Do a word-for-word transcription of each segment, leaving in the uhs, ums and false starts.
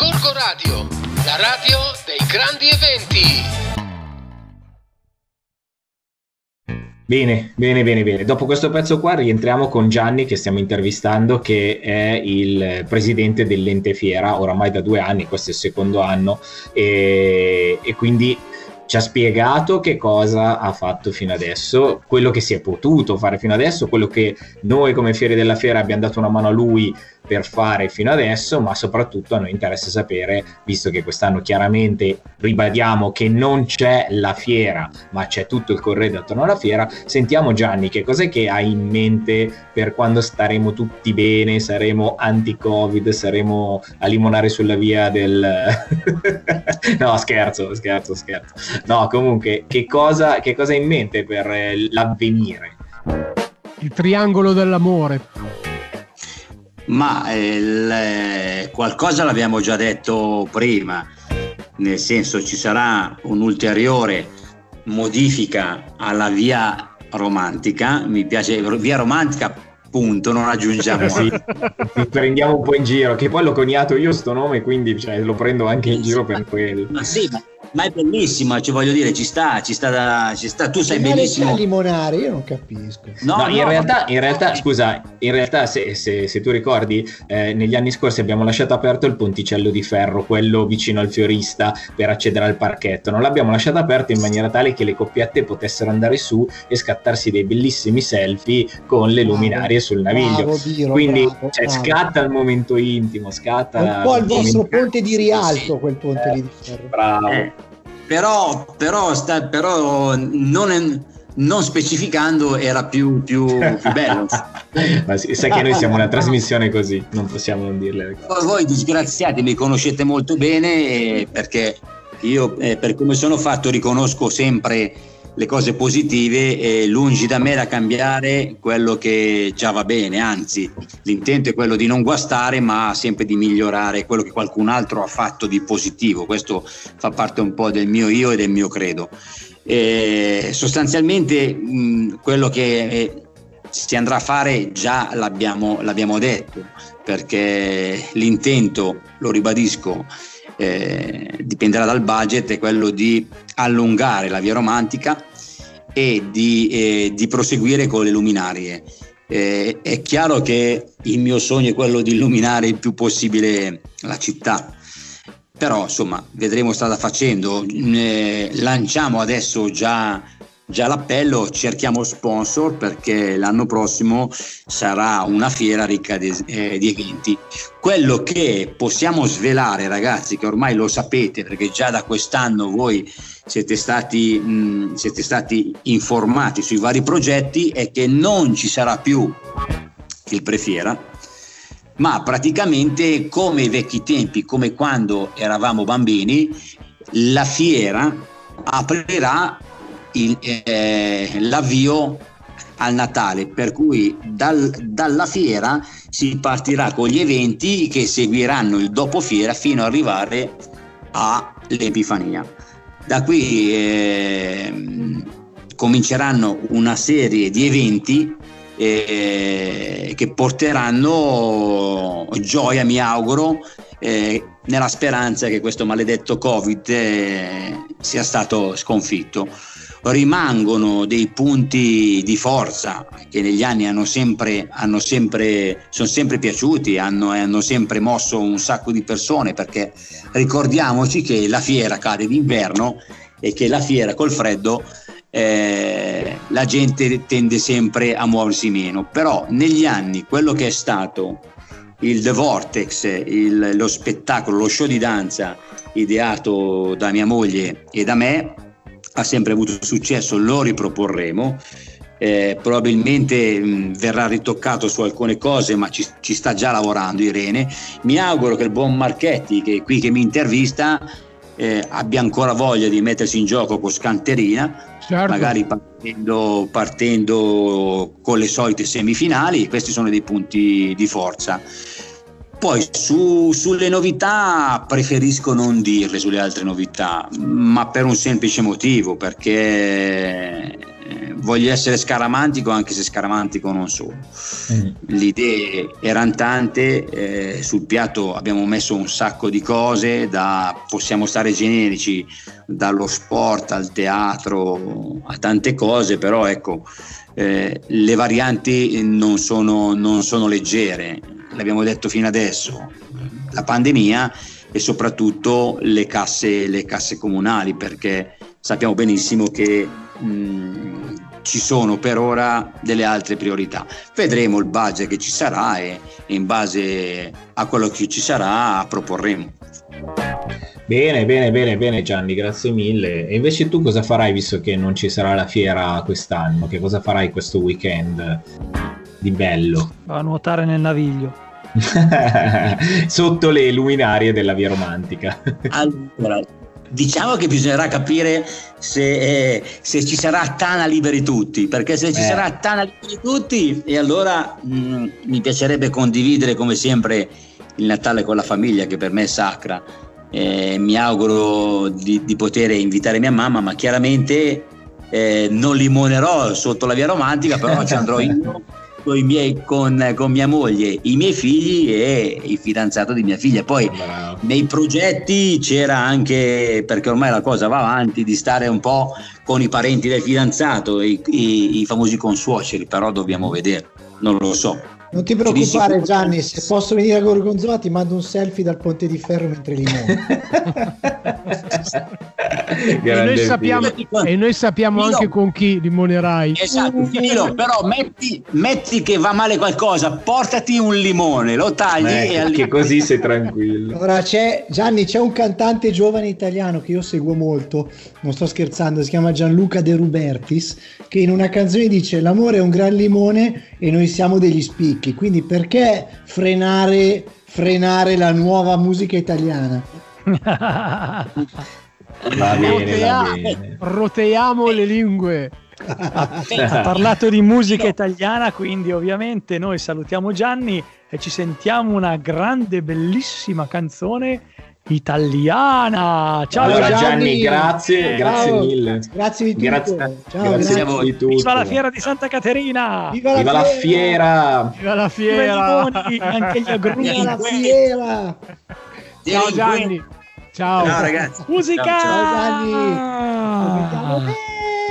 Gorgo Radio, la radio dei grandi eventi. Bene, bene, bene, bene. Dopo questo pezzo qua rientriamo con Gianni che stiamo intervistando, che è il presidente dell'Ente Fiera, oramai da due anni, questo è il secondo anno, e, e quindi ci ha spiegato che cosa ha fatto fino adesso, quello che si è potuto fare fino adesso, quello che noi come Fiere della Fiera abbiamo dato una mano a lui per fare fino adesso, ma soprattutto a noi interessa sapere, visto che quest'anno chiaramente ribadiamo che non c'è la fiera, ma c'è tutto il corredo attorno alla fiera. Sentiamo Gianni, che cos'è che hai in mente per quando staremo tutti bene, saremo anti-Covid, saremo a limonare sulla via del... no, scherzo, scherzo, scherzo. No, comunque, che cosa, che cosa hai in mente per l'avvenire? Il triangolo dell'amore. Ma eh, qualcosa l'abbiamo già detto prima, nel senso ci sarà un'ulteriore modifica alla via romantica. Mi piace via romantica, punto, non aggiungiamo. Sì, ti prendiamo un po' in giro, che poi l'ho coniato io sto nome, quindi cioè, lo prendo anche in giro per quello. Ma sì, ma, ma è bellissima, ci voglio dire, ci sta, ci sta, da, ci sta. Tu sai benissimo. Ma limonare, io non capisco. No, no, in no, realtà, in realtà, scusa, in realtà se, se, se tu ricordi, eh, negli anni scorsi abbiamo lasciato aperto il ponticello di ferro, quello vicino al fiorista, per accedere al parchetto. Non l'abbiamo lasciato aperto in maniera tale che le coppiette potessero andare su e scattarsi dei bellissimi selfie con le luminarie sul naviglio. Bravo, Biro, quindi bravo, cioè, bravo. scatta il momento intimo, scatta un po' il vostro momento... ponte di rialto, sì. Quel ponte lì di ferro. Bravo. Eh, però però, sta, però non, è, non specificando era più, più, più bello. Ma sì, sai che noi siamo una trasmissione così, non possiamo non dirle le cose. Voi disgraziati mi conoscete molto bene, eh, perché io eh, per come sono fatto riconosco sempre le cose positive, e lungi da me da cambiare quello che già va bene, anzi l'intento è quello di non guastare, ma sempre di migliorare quello che qualcun altro ha fatto di positivo. Questo fa parte un po' del mio io e del mio credo. E sostanzialmente mh, quello che eh, si andrà a fare già l'abbiamo, l'abbiamo detto, perché l'intento, lo ribadisco, eh, dipenderà dal budget, è quello di allungare la via romantica e di, eh, di proseguire con le luminarie. Eh, è chiaro che il mio sogno è quello di illuminare il più possibile la città, però insomma vedremo strada facendo. Eh, lanciamo adesso già Già l'appello, cerchiamo sponsor, perché l'anno prossimo sarà una fiera ricca di, eh, di eventi. Quello che possiamo svelare, ragazzi, che ormai lo sapete perché già da quest'anno voi siete stati, mh, siete stati informati sui vari progetti, è che non ci sarà più il prefiera, ma praticamente come i vecchi tempi, come quando eravamo bambini, la fiera aprirà Il, eh, l'avvio al Natale, per cui dal, dalla fiera si partirà con gli eventi che seguiranno il dopo fiera fino ad arrivare all'Epifania. Da qui eh, cominceranno una serie di eventi eh, che porteranno gioia, mi auguro, eh, nella speranza che questo maledetto Covid eh, sia stato sconfitto. Rimangono dei punti di forza che negli anni hanno sempre, hanno sempre, sono sempre piaciuti, hanno, hanno sempre mosso un sacco di persone, perché ricordiamoci che la fiera cade d'inverno e che la fiera col freddo eh, la gente tende sempre a muoversi meno. Però negli anni quello che è stato il The Vortex, il, lo spettacolo, lo show di danza ideato da mia moglie e da me, ha sempre avuto successo, lo riproporremo. Eh, probabilmente mh, verrà ritoccato su alcune cose, ma ci, ci sta già lavorando Irene. Mi auguro che il buon Marchetti, che è qui che mi intervista, eh, abbia ancora voglia di mettersi in gioco con Scanterina, certo. Magari partendo, partendo con le solite semifinali. Questi sono dei punti di forza. Poi su, sulle novità preferisco non dirle, sulle altre novità, ma per un semplice motivo, perché eh, voglio essere scaramantico, anche se scaramantico non sono. Mm. Le idee erano tante, eh, sul piatto abbiamo messo un sacco di cose, da, possiamo stare generici, dallo sport al teatro a tante cose, però ecco, eh, le varianti non sono, non sono leggere, l'abbiamo detto fino adesso, la pandemia e soprattutto le casse, le casse comunali, perché sappiamo benissimo che mh, ci sono per ora delle altre priorità. Vedremo il budget che ci sarà e, e in base a quello che ci sarà proporremo. Bene, bene, bene, bene Gianni, grazie mille. E invece tu cosa farai visto che non ci sarà la fiera quest'anno? Che cosa farai questo weekend di bello? Va a nuotare nel Naviglio. Sotto le luminarie della Via Romantica. Allora, diciamo che bisognerà capire se, eh, se ci sarà Tana liberi tutti, perché se ci eh. sarà Tana liberi tutti, e allora mh, mi piacerebbe condividere come sempre il Natale con la famiglia, che per me è sacra. Eh, mi auguro di, di poter invitare mia mamma, ma chiaramente eh, non limonerò sotto la Via Romantica, però ci andrò io con, i miei, con, con mia moglie, i miei figli e il fidanzato di mia figlia. Poi wow. Nei progetti c'era anche, perché ormai la cosa va avanti, di stare un po' con i parenti del fidanzato, i, i, i famosi consuoceri, però dobbiamo vedere, non lo so. Non ti preoccupare Gianni, se posso venire a Gorgonzola ti mando un selfie dal Ponte di Ferro mentre limone. e, noi sappiamo, e noi sappiamo Filo, anche con chi limonerai. Esatto, Filo, però metti, metti che va male qualcosa, portati un limone, lo tagli eh, e che così sei tranquillo. Allora c'è Gianni, c'è un cantante giovane italiano che io seguo molto, non sto scherzando, si chiama Gianluca De Rubertis, che in una canzone dice: l'amore è un gran limone e noi siamo degli spicchi. Quindi perché frenare frenare la nuova musica italiana? Va bene, va bene. Roteiamo le lingue. Ha parlato di musica italiana, quindi ovviamente noi salutiamo Gianni e ci sentiamo una grande, bellissima canzone italiana. Ciao allora, Gianni. Gianni, grazie, grazie Ciao. mille. Grazie di tutto. Grazie, Ciao, grazie, grazie a voi di tutto. Viva la fiera di Santa Caterina! Viva la, Viva la fiera! Viva la Viva i fiera! limoni, anche gli agrumi. Viva la fiera! Ciao Gianni! Ciao, ciao ragazzi! Musica! Ciao, ciao Gianni! Vediamo bene!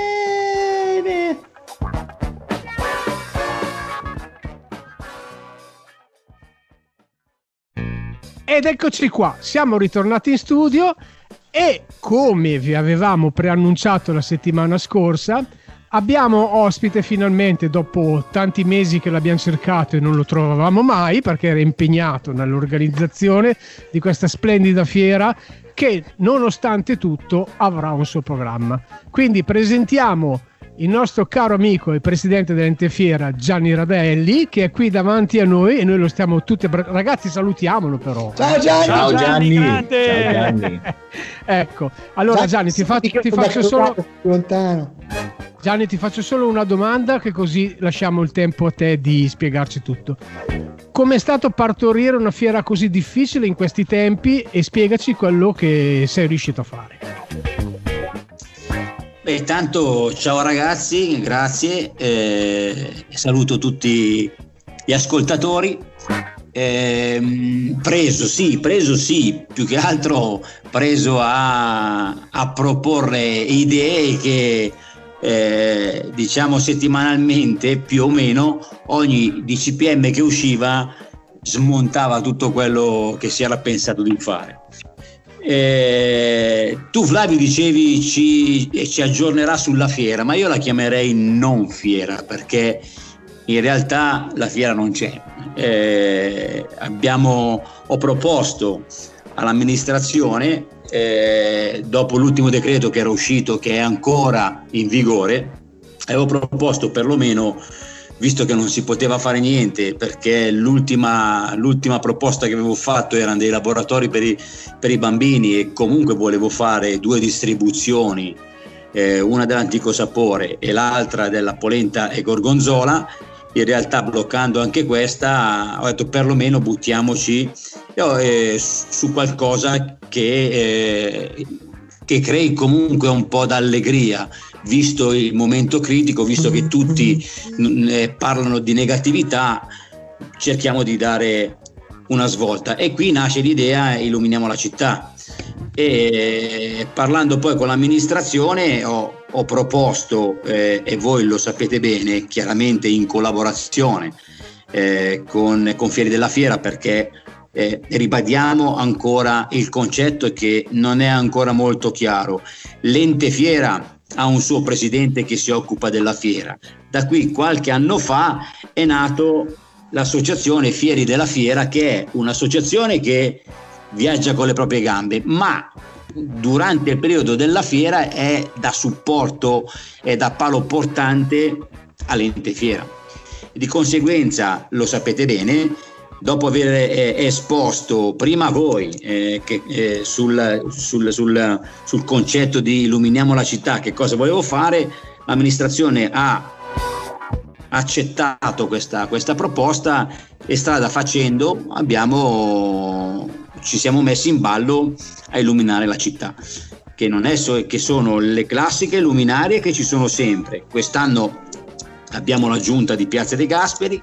Ed eccoci qua, siamo ritornati in studio e, come vi avevamo preannunciato la settimana scorsa, abbiamo ospite finalmente, dopo tanti mesi che l'abbiamo cercato e non lo trovavamo mai perché era impegnato nell'organizzazione di questa splendida fiera che nonostante tutto avrà un suo programma. Quindi presentiamo il nostro caro amico e presidente dell'Ente Fiera Gianni Radelli, che è qui davanti a noi e noi lo stiamo tutti bra- ragazzi, salutiamolo però. Ciao Gianni! Ciao Gianni! Ciao Gianni. Ecco, allora Gianni, ti, fa- ti faccio solo lontano. Gianni, ti faccio solo una domanda, che così lasciamo il tempo a te di spiegarci tutto. Com'è stato partorire una fiera così difficile in questi tempi e spiegaci quello che sei riuscito a fare. Beh, tanto ciao ragazzi, grazie, eh, saluto tutti gli ascoltatori. Eh, preso sì, preso sì, più che altro preso a, a proporre idee che eh, diciamo settimanalmente più o meno ogni D C P M che usciva smontava tutto quello che si era pensato di fare. Eh, tu Flavio dicevi ci, ci aggiornerà sulla fiera, ma io la chiamerei non fiera, perché in realtà la fiera non c'è. Eh, abbiamo, ho proposto all'amministrazione, eh, dopo l'ultimo decreto che era uscito, che è ancora in vigore, avevo proposto perlomeno, visto che non si poteva fare niente, perché l'ultima, l'ultima proposta che avevo fatto erano dei laboratori per i, per i bambini, e comunque volevo fare due distribuzioni, eh, una dell'antico sapore e l'altra della polenta e gorgonzola. In realtà, bloccando anche questa, ho detto perlomeno buttiamoci eh, su qualcosa che eh, che crei comunque un po' d'allegria, visto il momento critico, visto che tutti eh, parlano di negatività, cerchiamo di dare una svolta, e qui nasce l'idea Illuminiamo la città. E parlando poi con l'amministrazione ho, ho proposto, eh, e voi lo sapete bene, chiaramente in collaborazione eh, con, con Fieri della Fiera, perché eh, ribadiamo ancora il concetto che non è ancora molto chiaro. L'ente fiera ha un suo presidente che si occupa della fiera. Da qui qualche anno fa è nato l'associazione Fieri della Fiera, che è un'associazione che viaggia con le proprie gambe, ma durante il periodo della fiera è da supporto, è da palo portante all'ente fiera. Di conseguenza, lo sapete bene, dopo aver eh, esposto prima voi eh, che, eh, sul, sul, sul, sul concetto di Illuminiamo la città, che cosa volevo fare, l'amministrazione ha accettato questa, questa proposta, e strada facendo abbiamo, ci siamo messi in ballo a illuminare la città, che non è so, che sono le classiche luminarie che ci sono sempre. Quest'anno abbiamo l'aggiunta di Piazza De Gasperi,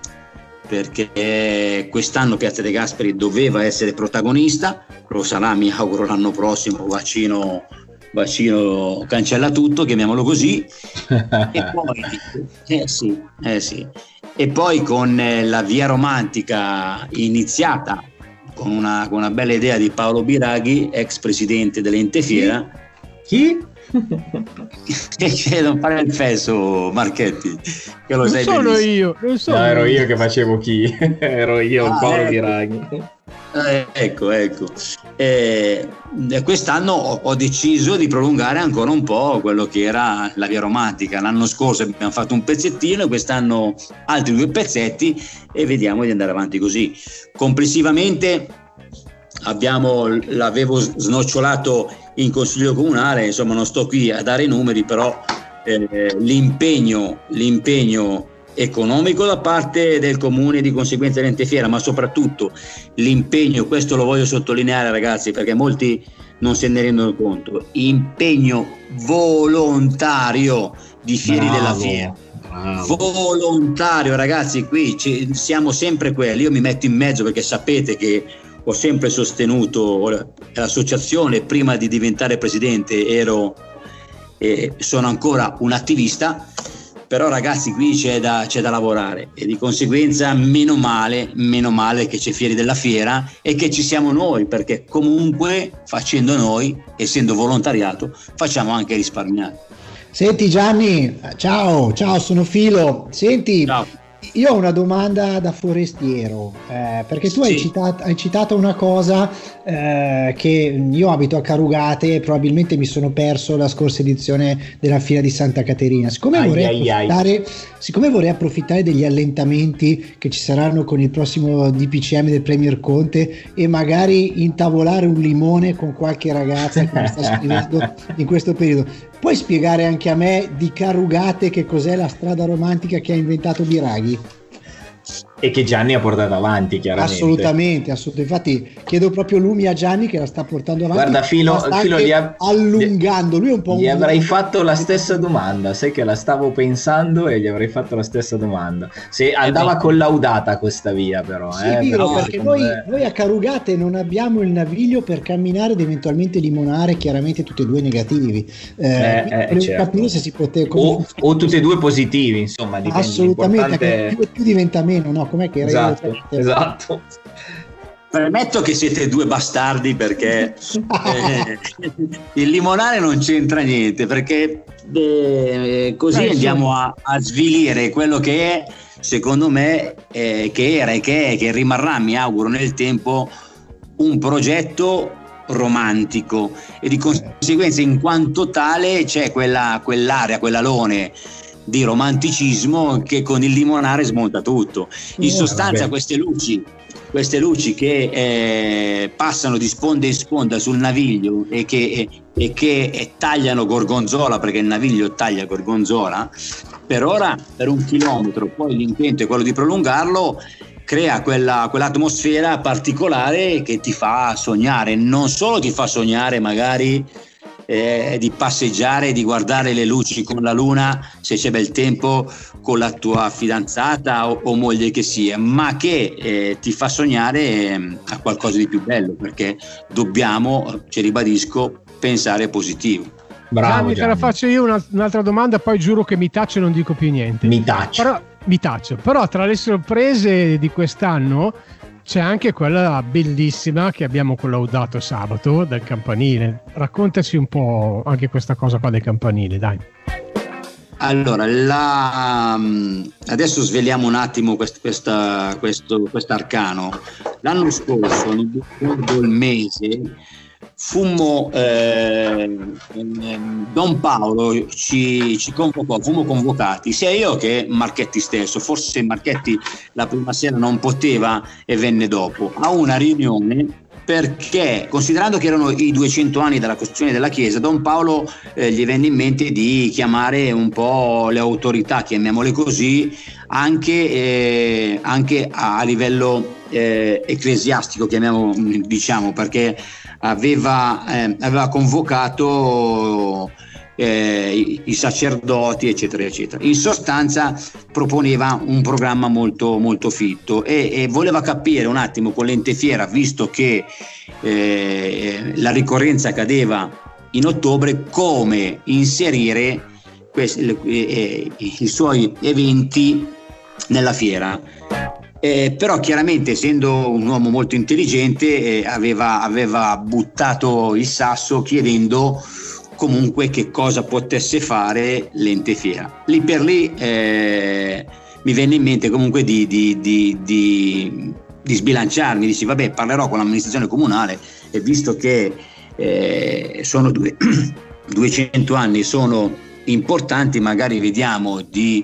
perché quest'anno Piazza De Gasperi doveva essere protagonista, lo sarà, mi auguro, l'anno prossimo. Vaccino Vaccino cancella tutto, chiamiamolo così. E poi, eh sì, eh sì. E poi con la Via Romantica iniziata con una, con una bella idea di Paolo Biraghi, ex presidente dell'ente fiera. Chi? Che non fare il fesso, Marchetti, che lo non sai sono benissimo. io, non sono No, ero io. io che facevo chi? Ero io, Ah, Paolo ecco. Biraghi. Eh, ecco, ecco. Eh, quest'anno ho, ho deciso di prolungare ancora un po' quello che era la Via Romantica. L'anno scorso abbiamo fatto un pezzettino e quest'anno altri due pezzetti, e vediamo di andare avanti così. Complessivamente abbiamo, l'avevo snocciolato in consiglio comunale, insomma non sto qui a dare i numeri, però eh, l'impegno, l'impegno economico da parte del comune, di conseguenza dell'ente fiera, ma soprattutto l'impegno, questo lo voglio sottolineare ragazzi, perché molti non se ne rendono conto, impegno volontario di Fieri Bravo, della Fiera. bravo. Volontario ragazzi, qui ci, siamo sempre quelli. Io mi metto in mezzo perché sapete che ho sempre sostenuto l'associazione. Prima di diventare presidente ero e sono ancora un attivista, però ragazzi qui c'è da, c'è da lavorare, e di conseguenza meno male, meno male che c'è Fieri della Fiera e che ci siamo noi, perché comunque facendo noi, essendo volontariato, facciamo anche risparmiare. Senti Gianni, ciao, ciao, sono Filo. Senti, Ciao. io ho una domanda da forestiero, eh, perché tu Sì. hai, citato, hai citato una cosa eh, che io abito a Carugate e probabilmente mi sono perso la scorsa edizione della Fiera di Santa Caterina. Siccome, Ai, vorrei, ai, ai. approfittare, siccome vorrei approfittare degli allentamenti che ci saranno con il prossimo D P C M del Premier Conte e magari intavolare un limone con qualche ragazza che mi sta scrivendo in questo periodo, puoi spiegare anche a me di Carugate che cos'è la strada romantica che ha inventato Biraghi? E che Gianni ha portato avanti, chiaramente. Assolutamente, assolutamente. Infatti chiedo proprio lui a Gianni che la sta portando avanti. Guarda, Filo, la sta Filo anche gli ha- allungando. Lui è un po' Gli un avrei fatto la stessa domanda, sai che la stavo pensando e gli avrei fatto la stessa domanda. Se andava collaudata questa via, però. Sì, eh, Piro, però perché secondo noi, me- noi a Carugate non abbiamo il naviglio per camminare ed eventualmente limonare, chiaramente tutti e due negativi. Eh, Eh, quindi eh, volevo certo. capire se si poteva... come O, funziona. o tutti e due positivi, insomma, dipende. Assolutamente, l'importante- anche più, più diventa meno, no? Com'è che era? Esatto, esatto. Premetto che siete due bastardi, perché eh, il limonare non c'entra niente, perché eh, così Eh, andiamo a, a svilire quello che è, secondo me, eh, che era e che è, che rimarrà, mi auguro, nel tempo, un progetto romantico, e di conseguenza in quanto tale c'è quella, quell'area, quell'alone di romanticismo che con il limonare smonta tutto. In Eh, sostanza vabbè. queste luci queste luci che eh, passano di sponda in sponda sul naviglio e che, e, e che e tagliano Gorgonzola, perché il naviglio taglia Gorgonzola, per ora per un chilometro, poi l'intento è quello di prolungarlo, crea quella, quell'atmosfera particolare che ti fa sognare, non solo ti fa sognare magari eh, di passeggiare, di guardare le luci con la luna, se c'è bel tempo, con la tua fidanzata o, o moglie che sia, ma che eh, ti fa sognare eh, a qualcosa di più bello, perché dobbiamo, ci ribadisco, pensare positivo. Bravo, Gianni, te la faccio io una, un'altra domanda, poi giuro che mi taccio e non dico più niente. Mi taccio. Però, mi taccio. Però tra le sorprese di quest'anno c'è anche quella bellissima che abbiamo collaudato sabato del campanile. Raccontaci un po' anche questa cosa qua del campanile, dai. Allora, la, adesso sveliamo un attimo quest, questa, questo quest'arcano. L'anno scorso, non ricordo il mese, fummo eh, Don Paolo ci, ci convocò, fummo convocati sia io che Marchetti stesso, forse Marchetti la prima sera non poteva e venne dopo, a una riunione, perché considerando che erano i duecento anni dalla costruzione della chiesa, Don Paolo eh, gli venne in mente di chiamare un po' le autorità, chiamiamole così, anche, eh, anche a livello eh, ecclesiastico, chiamiamo, diciamo, perché aveva, eh, aveva convocato eh, i, i sacerdoti, eccetera eccetera. In sostanza proponeva un programma molto molto fitto e, e voleva capire un attimo con l'ente fiera, visto che eh, la ricorrenza cadeva in ottobre, come inserire questi, le, eh, i suoi eventi nella fiera. Eh, però chiaramente, essendo un uomo molto intelligente, eh, aveva, aveva buttato il sasso chiedendo comunque che cosa potesse fare l'ente fiera. Lì per lì eh, mi venne in mente comunque di, di, di, di, di sbilanciarmi, dici vabbè, parlerò con l'amministrazione comunale, e visto che eh, sono due, duecento anni, sono importanti, magari vediamo di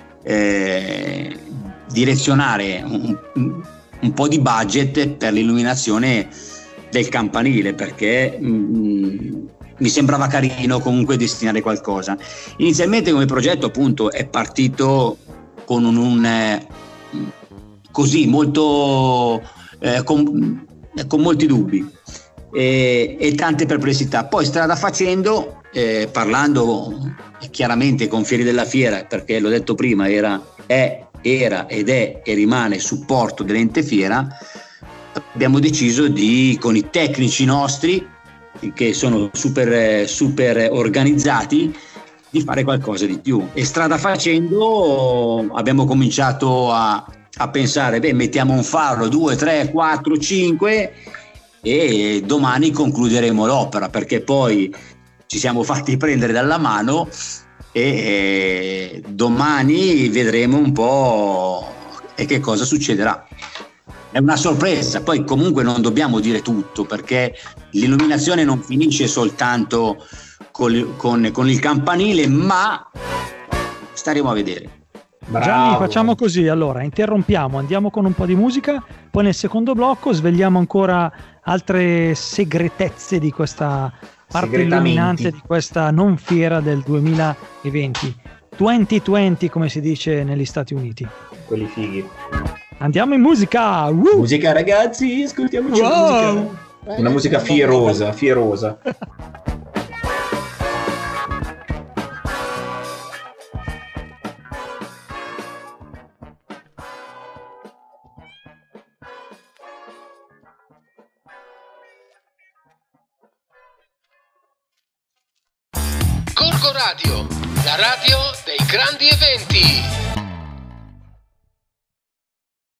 eh, direzionare un, un po' di budget per l'illuminazione del campanile, perché mh, mi sembrava carino comunque destinare qualcosa. Inizialmente come progetto appunto è partito con un, un eh, così molto eh, con, con molti dubbi e, e tante perplessità, poi strada facendo, eh, parlando chiaramente con Fieri della Fiera, perché l'ho detto prima, era è era ed è e rimane supporto dell'ente fiera, abbiamo deciso di, con i tecnici nostri che sono super, super organizzati, di fare qualcosa di più, e strada facendo abbiamo cominciato a, a pensare, beh, mettiamo un faro, due, tre, quattro, cinque e domani concluderemo l'opera, perché poi ci siamo fatti prendere dalla mano e domani vedremo un po' e che cosa succederà. È una sorpresa, poi comunque non dobbiamo dire tutto, perché l'illuminazione non finisce soltanto con, con, con il campanile, ma staremo a vedere. Bravo. Gianni, facciamo così, allora interrompiamo, andiamo con un po' di musica, poi nel secondo blocco svegliamo ancora altre segretezze di questa parte illuminante di questa non fiera del duemilaventi, duemilaventi come si dice negli Stati Uniti. Quelli fighi. Andiamo in musica. Uh! Musica, ragazzi, ascoltiamoci wow. la musica. Una musica fierosa, fierosa. Gorgo Radio, la radio dei grandi eventi.